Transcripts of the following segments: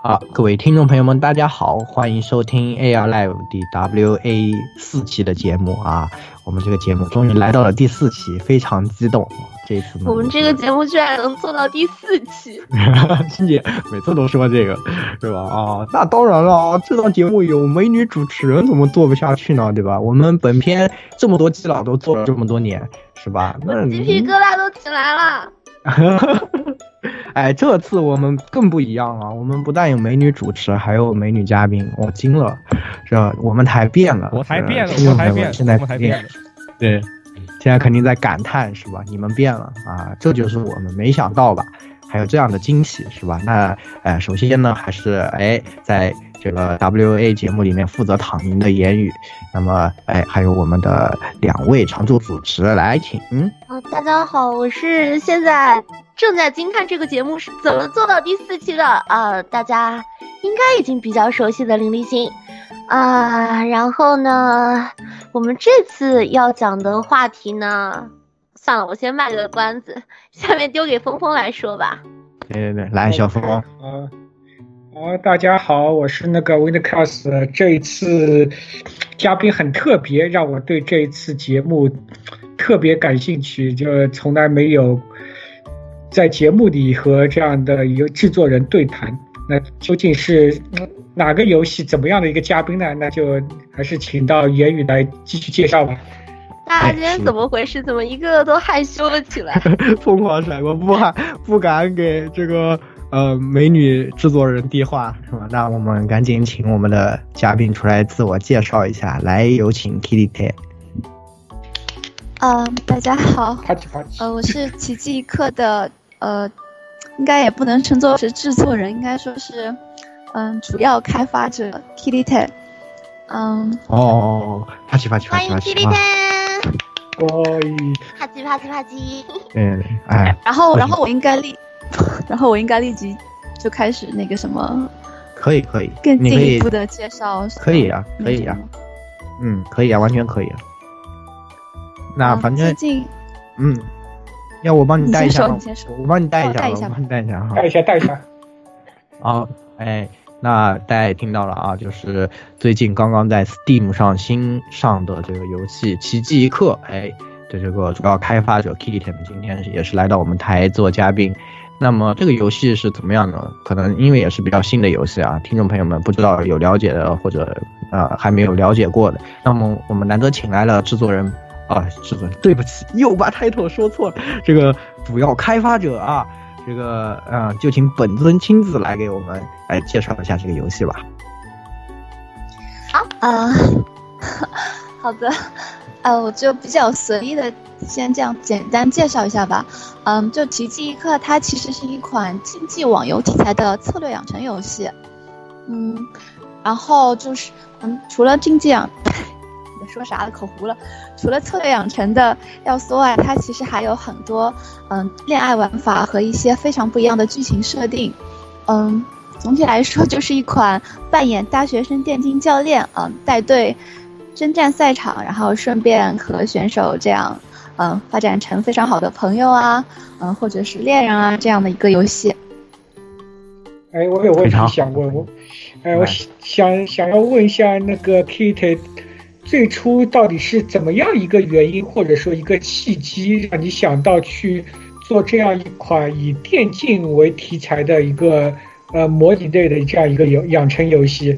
各位听众朋友们，大家好，欢迎收听 AR Live 第 WA4 期的节目啊！我们这个节目终于来到了第4期，非常激动。这次呢， 我们这个节目居然能做到第4期， 欣姐每次都说这个，是吧？那当然了，这档节目有美女主持人，怎么做不下去呢？对吧？我们本片这么多基佬都做了这么多年，是吧？那鸡皮疙瘩都起来了。 这次我们更不一样了，我们不但有美女主持，还有美女嘉宾，我惊了，我们台变了， 我台变了， 现在台变了，对，现在肯定在感叹是吧？你们变了啊，这就是我们没想到吧？还有这样的惊喜是吧？那首先呢，还是在这个 WA 节目里面负责躺赢的言语，那么还有我们的2位常驻主持来请。 大家好，我是现在正在惊叹这个节目是怎么做到第4期的大家应该已经比较熟悉的林立新然后呢，我们这次要讲的话题呢，算了，我先卖个关子，下面丢给峰峰来说吧。 对，来小峰。 大家好，我是那个 Windcast。这一次嘉宾很特别，让我对这一次节目特别感兴趣，就从来没有在节目里和这样的一个制作人对谈。那究竟是哪个游戏，怎么样的一个嘉宾呢？那就还是请到言语来继续介绍吧。 大家今天怎么回事？怎么一个个都害羞了起来？ 疯狂甩锅，不敢给这个美女制作人递话是吧？那我们赶紧请我们的嘉宾出来自我介绍一下，来有请 Kitty。 大家好，我是奇迹一刻的应该也不能称作是制作人，应该说是主要开发者 Kitty。 欢迎 Kitty。啪叽。 然后我应该立即就开始那个什么， 可以， 更进一步的介绍。 可以啊，可以啊，完全可以啊。那反正要我帮你带一下，我帮你带一下， 带一下。 好，那大家也听到了啊，就是最近刚刚在 Steam 上新上的这个游戏《奇迹一刻》，的这个主要开发者 Kitty 今天也是来到我们台做嘉宾。那么这个游戏是怎么样呢？可能因为也是比较新的游戏啊，听众朋友们不知道有了解的或者还没有了解过的，那么我们难得请来了制作人，对不起，又把 title 说错了，这个主要开发者啊。这个就请本尊亲自来给我们来介绍一下这个游戏吧。 好的，我就比较随意的先这样简单介绍一下吧。就奇迹一刻，它其实是一款竞技网游题材的策略养成游戏。然后就是除了竞技说啥了，口糊了。除了策略养成的要素外，它其实还有很多恋爱玩法和一些非常不一样的剧情设定。总体来说就是一款扮演大学生电竞教练，带队征战赛场，然后顺便和选手这样发展成非常好的朋友啊，或者是恋人啊这样的一个游戏。 我有问题想问，我想要问一下那个 Kitty。最初到底是怎么样一个原因，或者说一个契机，让你想到去做这样一款以电竞为题材的一个模拟类的这样一个养成游戏？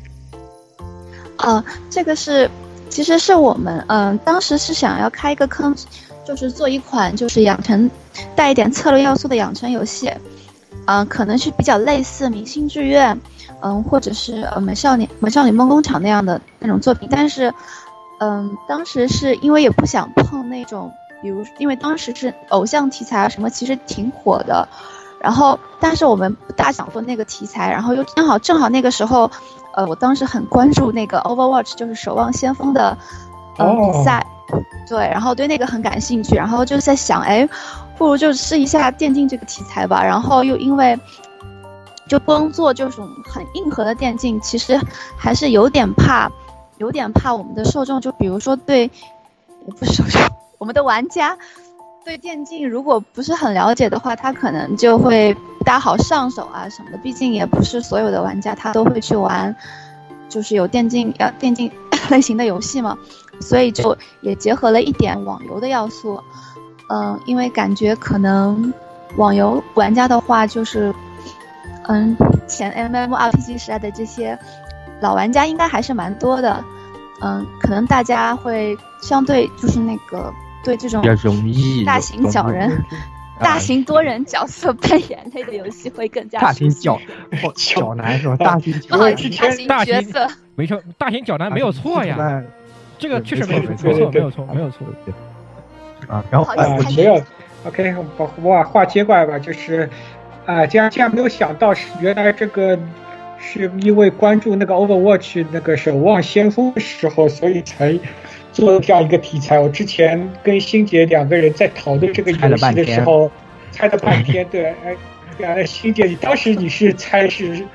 这个其实是我们当时是想要开一个坑，就是做一款就是养成带一点策略要素的养成游戏。可能是比较类似明星志愿，或者是美少女梦工厂那样的那种作品，但是当时是因为也不想碰那种，比如因为当时是偶像题材啊什么，其实挺火的，然后但是我们不大想做那个题材，然后又正好那个时候我当时很关注那个 Overwatch， 就是守望先锋的比赛，对，然后对那个很感兴趣，然后就在想不如就试一下电竞这个题材吧，然后又因为就光做这种很硬核的电竞，其实还是有点怕我们的受众，就比如说不是受众，我们的玩家对电竞如果不是很了解的话，他可能就会不大好上手啊什么的，毕竟也不是所有的玩家他都会去玩，就是有电竞类型的游戏嘛，所以就也结合了一点网游的要素。因为感觉可能网游玩家的话，就是前 MMORPG 时代的这些老玩家应该还是蛮多的。可能大家会相对就是那个对这种比较容易大型小人、大型多人角色扮演类的游戏会更加大型角男是吧？大型不好意思，大型角色没错，大型角男没有错呀，这个确实没有错。 啊，然后没有 ，OK， 我把话接过来吧，就是这样没有想到是原来这个是因为关注那个 Overwatch 那个守望先锋的时候，所以才做这样一个题材。我之前跟欣姐两个人在讨论这个游戏的时候，猜了半天，对，欣姐，当时你是猜是？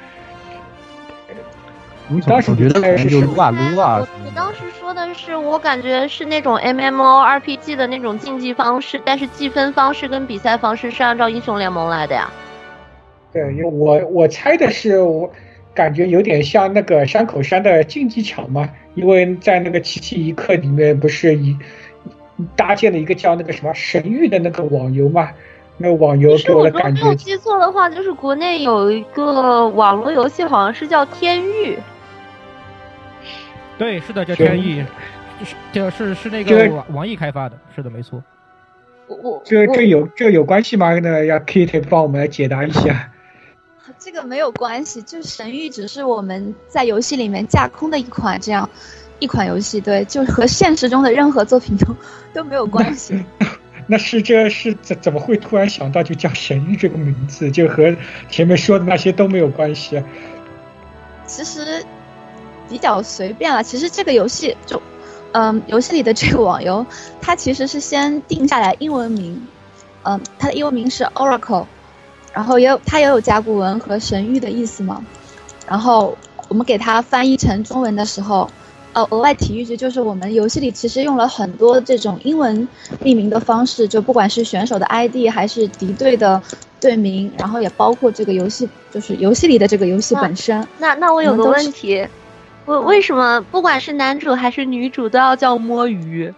你当时觉得就撸啊， 我当时说的是，我感觉是那种 MMORPG 的那种竞技方式，但是计分方式跟比赛方式是按照英雄联盟来的呀。 对，因为我猜的是，我感觉有点像那个山口山的竞技场嘛，因为在那个奇迹一刻里面不是搭建了一个叫那个什么神域的那个网游嘛。那个网游给我的感觉， 我没有记错的话，就是国内有一个网络游戏，好像是叫天域。 对，是的，叫天域，是那个网易开发的，是的，没错。 这有关系吗？那要 Kate 帮我们来解答一下。 这个没有关系，就神域只是我们在游戏里面架空的一款游戏，对，就和现实中的任何作品都没有关系。 那这是怎么会突然想到就叫神域这个名字，就和前面说的那些都没有关系？ 其实比较随便了。其实这个游戏就，游戏里的这个网游，它其实是先定下来英文名，它的英文名是 Oracle， 然后它也有甲骨文和神域的意思嘛。然后我们给它翻译成中文的时候，额外提一句，就是我们游戏里其实用了很多这种英文命名的方式，就不管是选手的 ID 还是敌对的队名，然后也包括这个游戏，就是游戏里的这个游戏本身。 那我有个问题，为什么不管是男主还是女主都要叫摸鱼？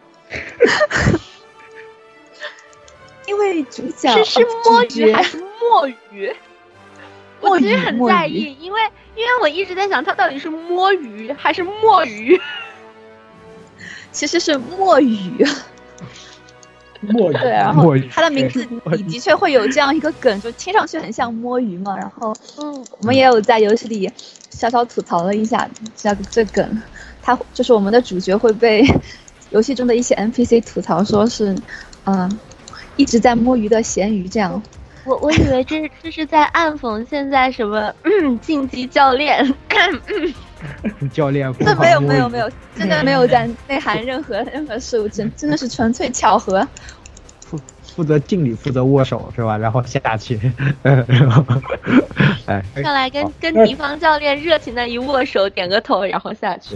因为主角是摸鱼还是墨鱼？我其实很在意，因为我一直在想，他到底是摸鱼还是墨鱼？ 其实是墨鱼。 墨鱼， 对，然后他的名字里的确会有这样一个梗，就听上去很像摸鱼嘛。然后，我们也有在游戏里小小吐槽了一下这梗，他就是我们的主角会被游戏中的一些 NPC 吐槽说是，一直在摸鱼的咸鱼这样。 我以为这是在暗讽现在什么竞技教练， 教练。 这没有，真的没有在内涵任何事物，真的是纯粹巧合。 负责敬礼，负责握手是吧？然后下去， 上来跟敌方教练热情的一握手，点个头，然后下去。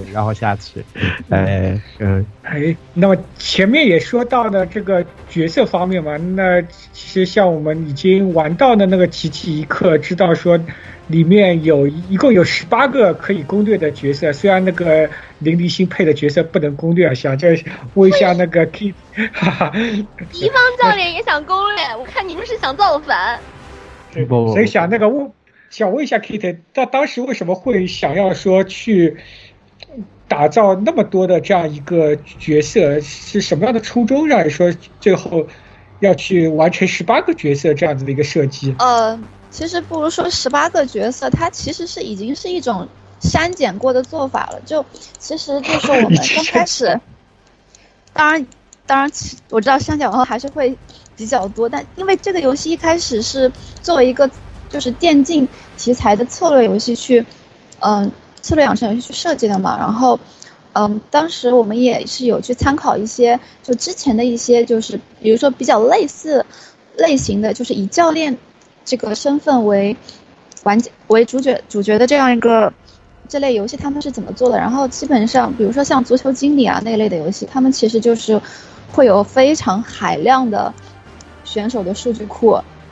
那么前面也说到的这个角色方面嘛，那其实像我们已经玩到的那个奇迹一刻，知道说里面一共有18个可以攻略的角色，虽然那个林立新配的角色不能攻略，想就问一下那个 Kit， 敌方教练也想攻略，我看你们是想造反。 所以想问一下 Kit， 当时为什么会想要说去打造那么多的这样一个角色，是什么样的初衷让你说最后要去完成18个角色这样子的一个设计？ 其实不如说18个角色，它其实是已经是一种删减过的做法了。其实就是我们刚开始，当然我知道删减后还是会比较多，但因为这个游戏一开始是作为一个就是电竞题材的策略游戏去，策略养成游戏去设计的嘛。然后，当时我们也是有去参考一些就之前的一些就是比如说比较类似类型的，就是以教练这个身份为主角的这样一个这类游戏，他们是怎么做的？然后基本上，比如说像足球经理啊那一类的游戏，他们其实就是会有非常海量的选手的数据库，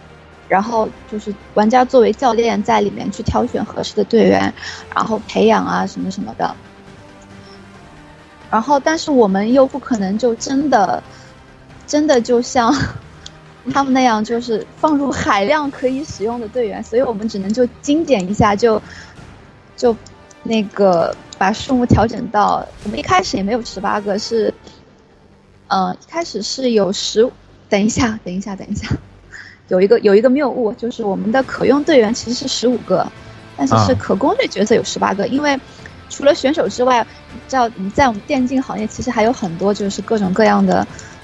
然后就是玩家作为教练在里面去挑选合适的队员，然后培养啊什么什么的。然后但是我们又不可能就真的就像他们那样就是放入海量可以使用的队员，所以我们只能就精简一下，就那个把数目调整到，我们一开始也没有18个，是一开始是有等一下，有一个谬误，就是我们的可用队员其实是15个，但是可攻略角色有18个，因为除了选手之外，你知道你在我们电竞行业其实还有很多就是各种各样的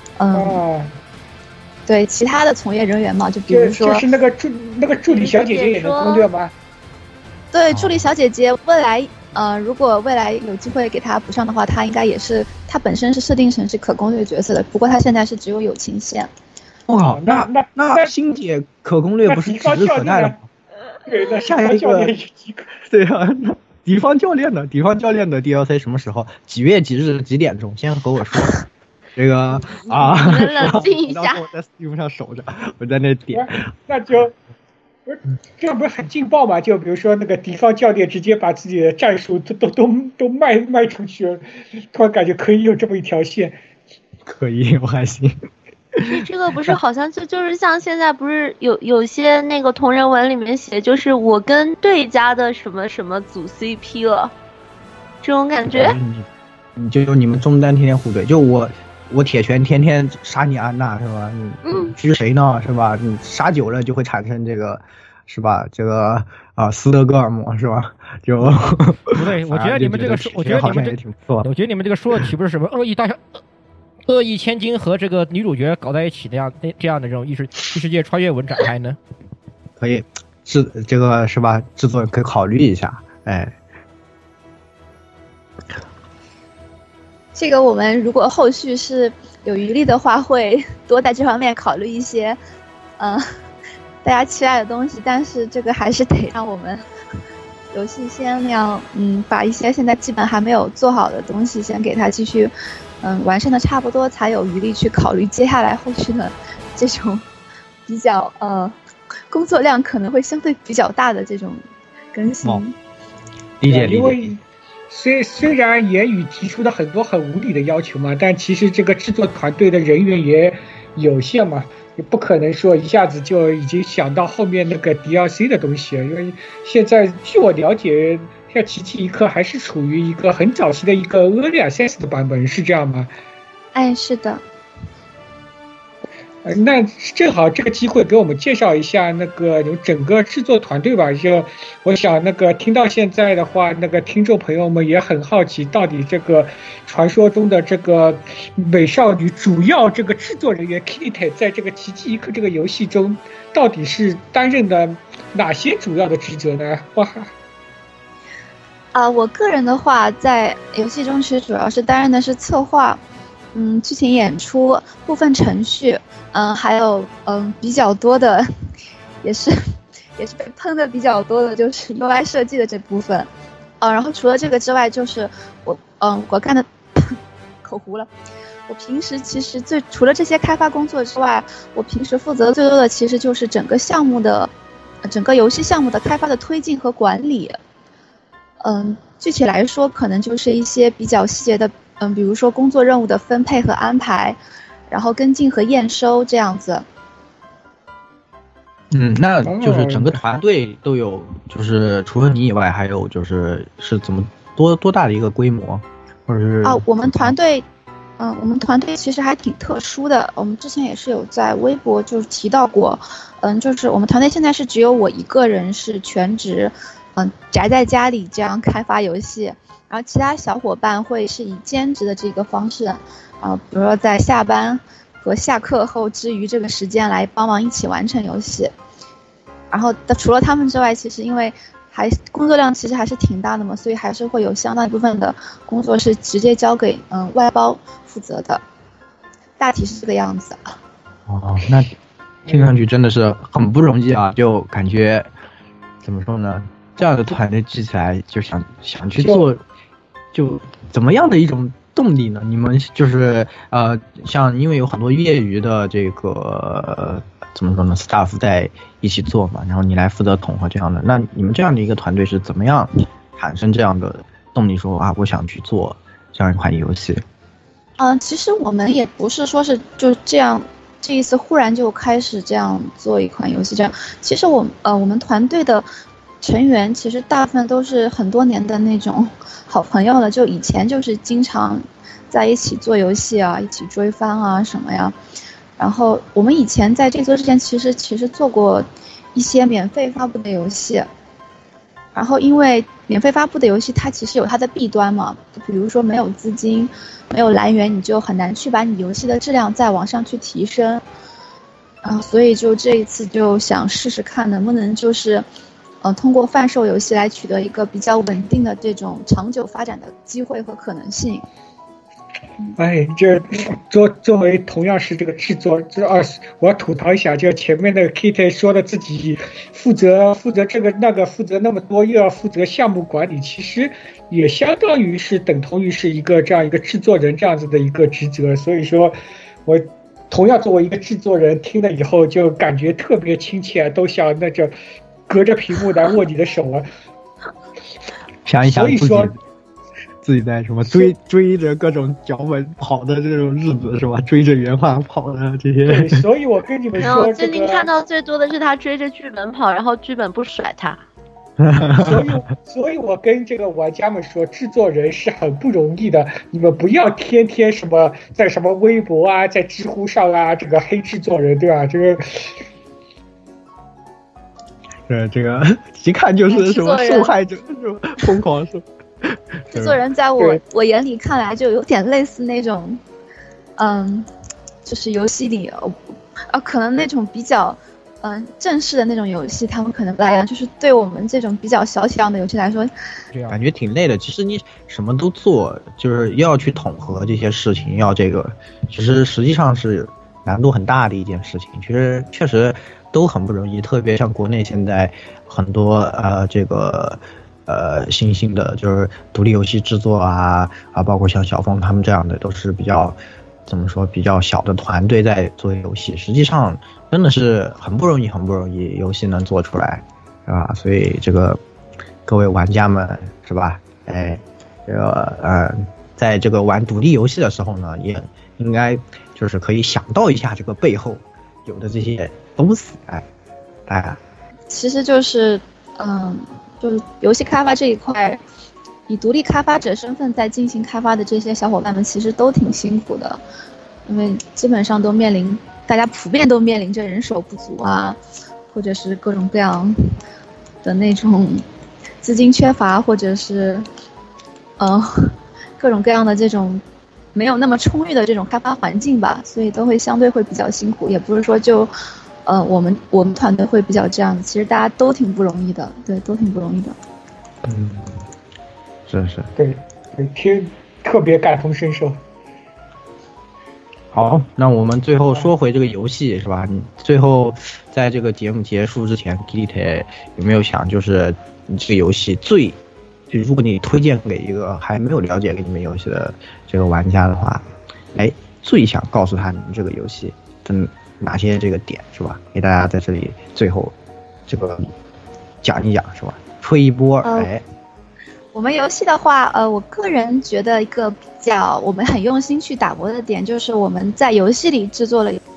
对其他的从业人员嘛，就比如说就是那个助理小姐姐也能攻略吗？ 对，助理小姐姐未来如果未来有机会给她补上的话，她应该也是，她本身是设定成是可攻略角色的，不过她现在是只有友情线。 哇，那星姐可攻略不是指日可待了吗？ 对，那下一个对啊，那敌方教练的 DLC 什么时候？几月几日几点钟？先和我说。这个啊， 冷静一下。 我在 Steam 上守着，我在那点。 那就这不是很劲爆吗？就比如说那个敌方教练直接把自己的战术都卖出去了，突然感觉可以有这么一条线。 可以，我还行。 这个不是好像就是像现在不是有些那个同人文里面写，就是我跟对家的什么什么组 CP 了，这种感觉。 你就你们中单天天互怼，就我铁拳天天杀你安娜是吧？你狙谁呢是吧？你杀久了就会产生这个是吧？这个斯德哥尔摩是吧？就不对，我觉得你们这个说，我觉得你们这个说的岂不是什么恶意千金和这个女主角搞在一起这样的这种异世界穿越文展开呢？ 可以，这个是吧？制作人可以考虑一下，哎。 这个我们如果后续是有余力的话，会多在这方面考虑一些，大家期待的东西。但是这个还是得让我们游戏先那样，把一些现在基本还没有做好的东西先给它继续，完善的差不多，才有余力去考虑接下来后续的这种比较工作量可能会相对比较大的这种更新。 理解。 因为虽然言语提出了很多很无理的要求嘛，但其实这个制作团队的人员也有限嘛，也不可能说一下子就已经想到后面那个 DLC 的东西了。因为现在据我了解，像奇迹一刻还是处于一个很早期的一个 Early Access 的版本，是这样吗？ 哎，是的。 那正好这个机会给我们介绍一下那个整个制作团队吧。就我想那个听到现在的话，那个听众朋友们也很好奇，到底这个传说中的这个美少女主要这个制作人员 Kitty 在这个奇迹一刻这个游戏中到底是担任的哪些主要的职责呢？哇！ 我个人的话，在游戏中其实主要是担任的是策划，剧情演出、部分程序，还有比较多的，也是被喷的比较多的，就是 UI 设计的这部分。然后除了这个之外，就是我干的口糊了。我平时其实除了这些开发工作之外，我平时负责最多的其实就是整个游戏项目的开发的推进和管理。具体来说，可能就是一些比较细节的，比如说工作任务的分配和安排，然后跟进和验收这样子。 那就是整个团队都有，就是除了你以外，还有就是怎么多大的一个规模，或者是我们团队其实还挺特殊的。我们之前也是有在微博就是提到过，就是我们团队现在是只有我一个人是全职。宅在家里这样开发游戏，然后其他小伙伴会是以兼职的这个方式，比如说在下班和下课后之余这个时间来帮忙一起完成游戏。然后除了他们之外，其实因为工作量其实还是挺大的嘛，所以还是会有相当一部分的工作是直接交给外包负责的，大体是这个样子。 那听上去真的是很不容易啊，就感觉怎么说呢？这样的团队聚起来，就想去做，就怎么样的一种动力呢？你们就是像因为有很多业余的这个怎么说呢 staff 在一起做嘛，然后你来负责统合这样的。那你们这样的一个团队是怎么样产生这样的动力说啊我想去做这样一款游戏？ 其实我们也不是说是就这样这一次忽然就开始这样做一款游戏这样。其实我们团队的成员其实大部分都是很多年的那种好朋友了，就以前就是经常在一起做游戏啊，一起追番啊什么呀。然后我们以前在这做之前其实做过一些免费发布的游戏，然后因为免费发布的游戏它其实有它的弊端嘛，比如说没有资金没有来源，你就很难去把你游戏的质量再往上去提升。所以就这一次就想试试看能不能就是通过贩售游戏来取得一个比较稳定的这种长久发展的机会和可能性。 这作为同样是这个制作，我要吐槽一下，就前面那个 Kitty 说的自己负责这个那个，负责那么多，又要负责项目管理，其实也相当于是等同于是一个这样一个制作人这样子的一个职责。所以说我同样作为一个制作人，听了以后就感觉特别亲切，都想那就隔着屏幕来握你的手啊。 想一想， 所以说自己在什么追着各种脚本跑的这种日子是吧？追着原画跑的这些。 对，所以我跟你们说， 最近看到最多的是他追着剧本跑，然后剧本不甩他。 所以我跟这个玩家们说，制作人是很不容易的，你们不要天天什么在什么微博啊，在知乎上啊，这个黑制作人，对吧？这个一看就是什么受害者，是吧？疯狂受。 制作人在我眼里看来就有点类似那种，就是游戏里，可能那种比较正式的那种游戏，他们可能不大一样。就是对我们这种比较小体量的游戏来说， 感觉挺累的。其实你什么都做，就是要去统合这些事情，要这个，其实实际上是难度很大的一件事情。其实确实都很不容易，特别像国内现在很多这个。新兴的就是独立游戏制作啊，包括像小峰他们这样的，都是比较怎么说比较小的团队在做游戏，实际上真的是很不容易，游戏能做出来，是吧？所以这个各位玩家们是吧？这个在这个玩独立游戏的时候呢，也应该就是可以想到一下这个背后有的这些东西， 其实就是就是游戏开发这一块，以独立开发者身份在进行开发的这些小伙伴们，其实都挺辛苦的，因为基本上大家普遍都面临着人手不足啊，或者是各种各样的那种资金缺乏，或者是各种各样的这种没有那么充裕的这种开发环境吧，所以都会相对会比较辛苦，也不是说就。我们团队会比较这样子，其实大家都挺不容易的，对，都挺不容易的。 是， 对，听特别感同身受。 好，那我们最后说回这个游戏是吧？你最后在这个节目结束之前 ，Kitty 有没有想就是你这个游戏就如果你推荐给一个还没有了解你们游戏的这个玩家的话，最想告诉他你们这个游戏哪些这个点是吧？给大家在这里最后这个讲一讲是吧？吹一波。 我们游戏的话，我个人觉得一个比较我们很用心去打磨的点，就是我们在游戏里设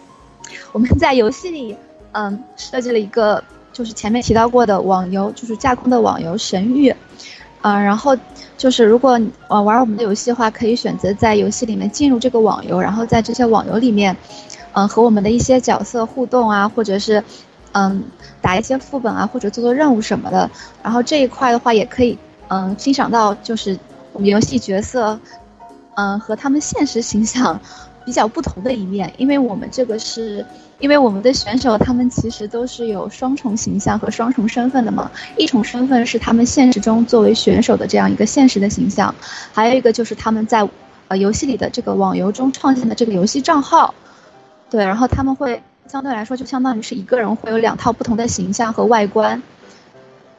计了一个就是前面提到过的网游，就是架空的网游神域。然后就是如果玩我们的游戏的话，可以选择在游戏里面进入这个网游，然后在这些网游里面。和我们的一些角色互动啊，或者是打一些副本啊，或者做任务什么的。然后这一块的话，也可以欣赏到就是我们游戏角色和他们现实形象比较不同的一面，因为我们的选手他们其实都是有双重形象和双重身份的嘛。一重身份是他们现实中作为选手的这样一个现实的形象，还有一个就是他们在游戏里的这个网游中创建的这个游戏账号。对，然后他们会相对来说就相当于是一个人会有2套不同的形象和外观。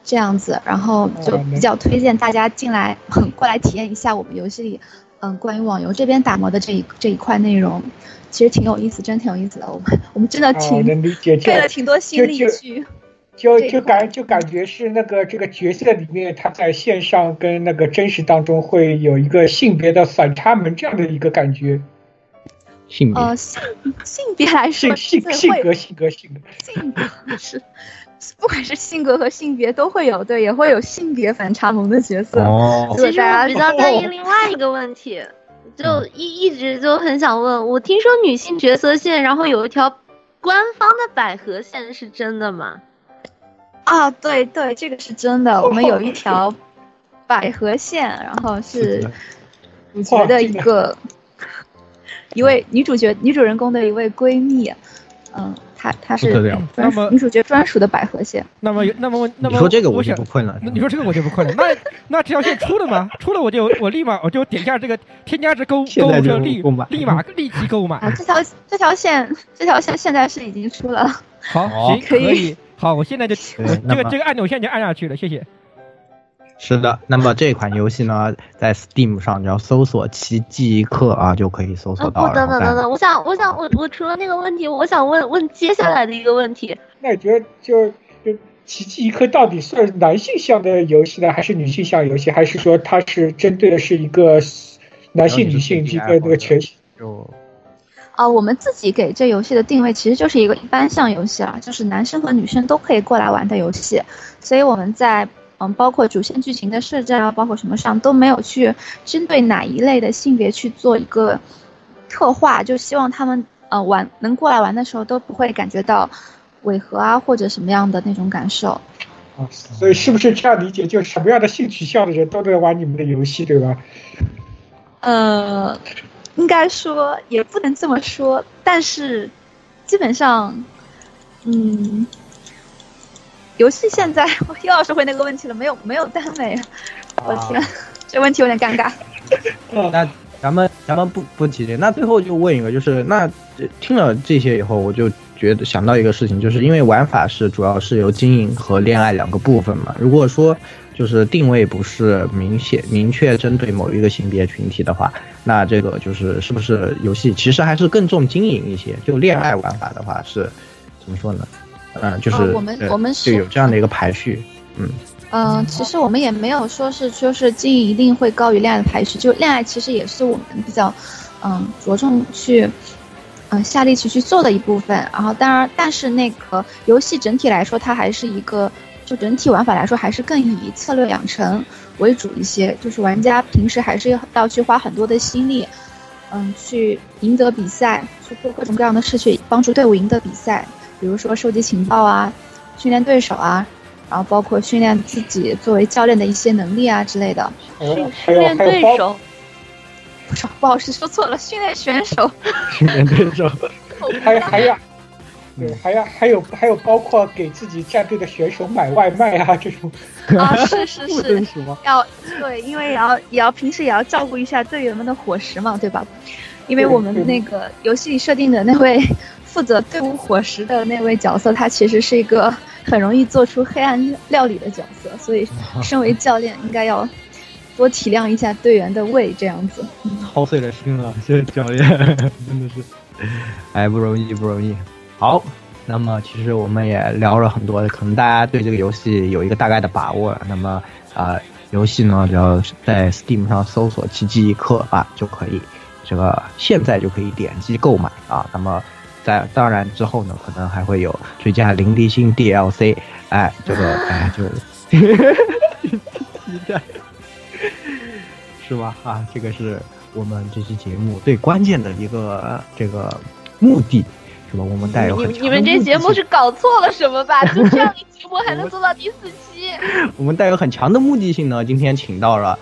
这样子，然后就比较推荐大家进来过来体验一下我们游戏里关于网游这边打磨的这一块内容，其实挺有意思，真挺有意思的。我们真的费了挺多心力去。 就感觉是那个这个角色里面，他在线上跟那个真实当中会有一个性别的反差萌这样的一个感觉。 性别来说， 性格是，不管是性格和性别都会有，对，也会有性别反差萌的角色。 其实我比较在意另外一个问题，就一直就很想问，我听说女性角色线，然后有一条官方的百合线，是真的吗？ 啊，对，这个是真的。我们有一条百合线，然后是主角的一位女主人公的一位闺蜜，她是女主角专属的百合线。 那么你说这个我就不困了。 你说这个我就不困了。那这条线出了吗？出了我立马点下这个添加值购物车，立即购买。 这条线现在是已经出了。 好，行，可以。好，我现在就这个按钮现在就按下去了，谢谢。 是的，那么这款游戏呢，在 Steam 上只要搜索奇迹一刻啊，就可以搜索到。 等，我除了那个问题，我想问接下来的一个问题。 那你觉得就奇迹一刻到底算是男性向的游戏呢，还是女性向游戏？还是说它是针对的是一个男性、女性一个那个全息？ 我们自己给这游戏的定位其实就是一个一般向游戏啦，就是男生和女生都可以过来玩的游戏，所以我们在包括主线剧情的设置啊，包括什么上都没有去针对哪一类的性别去做一个特化，就希望他们能过来玩的时候都不会感觉到违和啊或者什么样的那种感受。 所以是不是这样理解，就什么样的性取向的人都能玩你们的游戏，对吧？ 应该说也不能这么说，但是基本上游戏现在我又要说回那个问题了，没有耽美，我天，这问题有点尴尬。 那咱们不提这，那最后就问一个，就是那听了这些以后，我就觉得想到一个事情，就是因为玩法主要是由经营和恋爱两个部分嘛。如果说就是定位不是明确针对某一个性别群体的话，那这个是不是游戏其实还是更重经营一些？就恋爱玩法的话是怎么说呢？就是我们就有这样的一个排序。 其实我们也没有说是经营一定会高于恋爱的排序，就恋爱其实也是我们比较着重去下力气去做的一部分。然后但是那个游戏整体来说，它还是一个就整体玩法来说还是更以策略养成为主一些，就是玩家平时还是要去花很多的心力去赢得比赛，去做各种各样的事去帮助队伍赢得比赛，比如说收集情报啊，训练对手啊，然后包括训练自己作为教练的一些能力啊之类的。 训练对手， 不好意思说错了，训练选手。 训练对手， 还有包括给自己战队的选手买外卖啊这种。 是因为也要平时也要照顾一下队员们的伙食嘛，对吧？因为我们那个游戏里设定的那位负责队伍伙食的那位角色，他其实是一个很容易做出黑暗料理的角色，所以身为教练应该要多体谅一下队员的胃，这样子。 操碎了心了，这教练真的是，不容易。好，那么其实我们也聊了很多，可能大家对这个游戏有一个大概的把握。那么游戏呢，只要在 Steam 上搜索奇迹一刻啊，就可以现在就可以点击购买啊。那么当然之后呢，可能还会有追加零地星 DLC， 是吧？这个是我们这期节目最关键的一个这个目的，是吧？我们带有很强的目的性。 你们这节目是搞错了什么吧？就这样一节目还能做到第4期？ 我们带有很强的目的性呢，今天请到了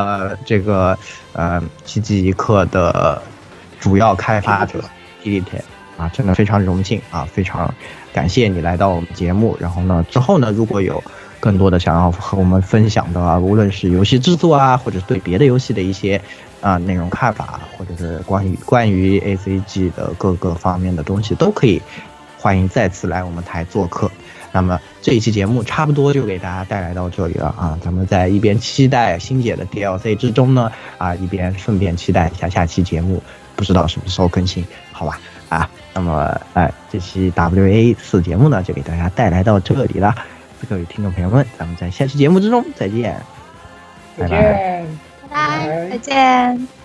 奇迹一刻的主要开发者 Kiliten 真的非常荣幸非常感谢你来到我们节目。然后呢，之后呢，如果有更多的想要和我们分享的无论是游戏制作或者对别的游戏的一些内容看法，或者是关于 ACG 的各个方面的东西，都可以欢迎再次来我们台做客。那么这一期节目差不多就给大家带来到这里了啊。咱们在一边期待星姐的 DLC 之中呢，一边顺便期待一下下期节目，不知道什么时候更新，好吧？那么这期 WA4 节目呢就给大家带来到这里了。各位听众朋友们，咱们在下期节目之中再见， 再见， 拜拜，再见。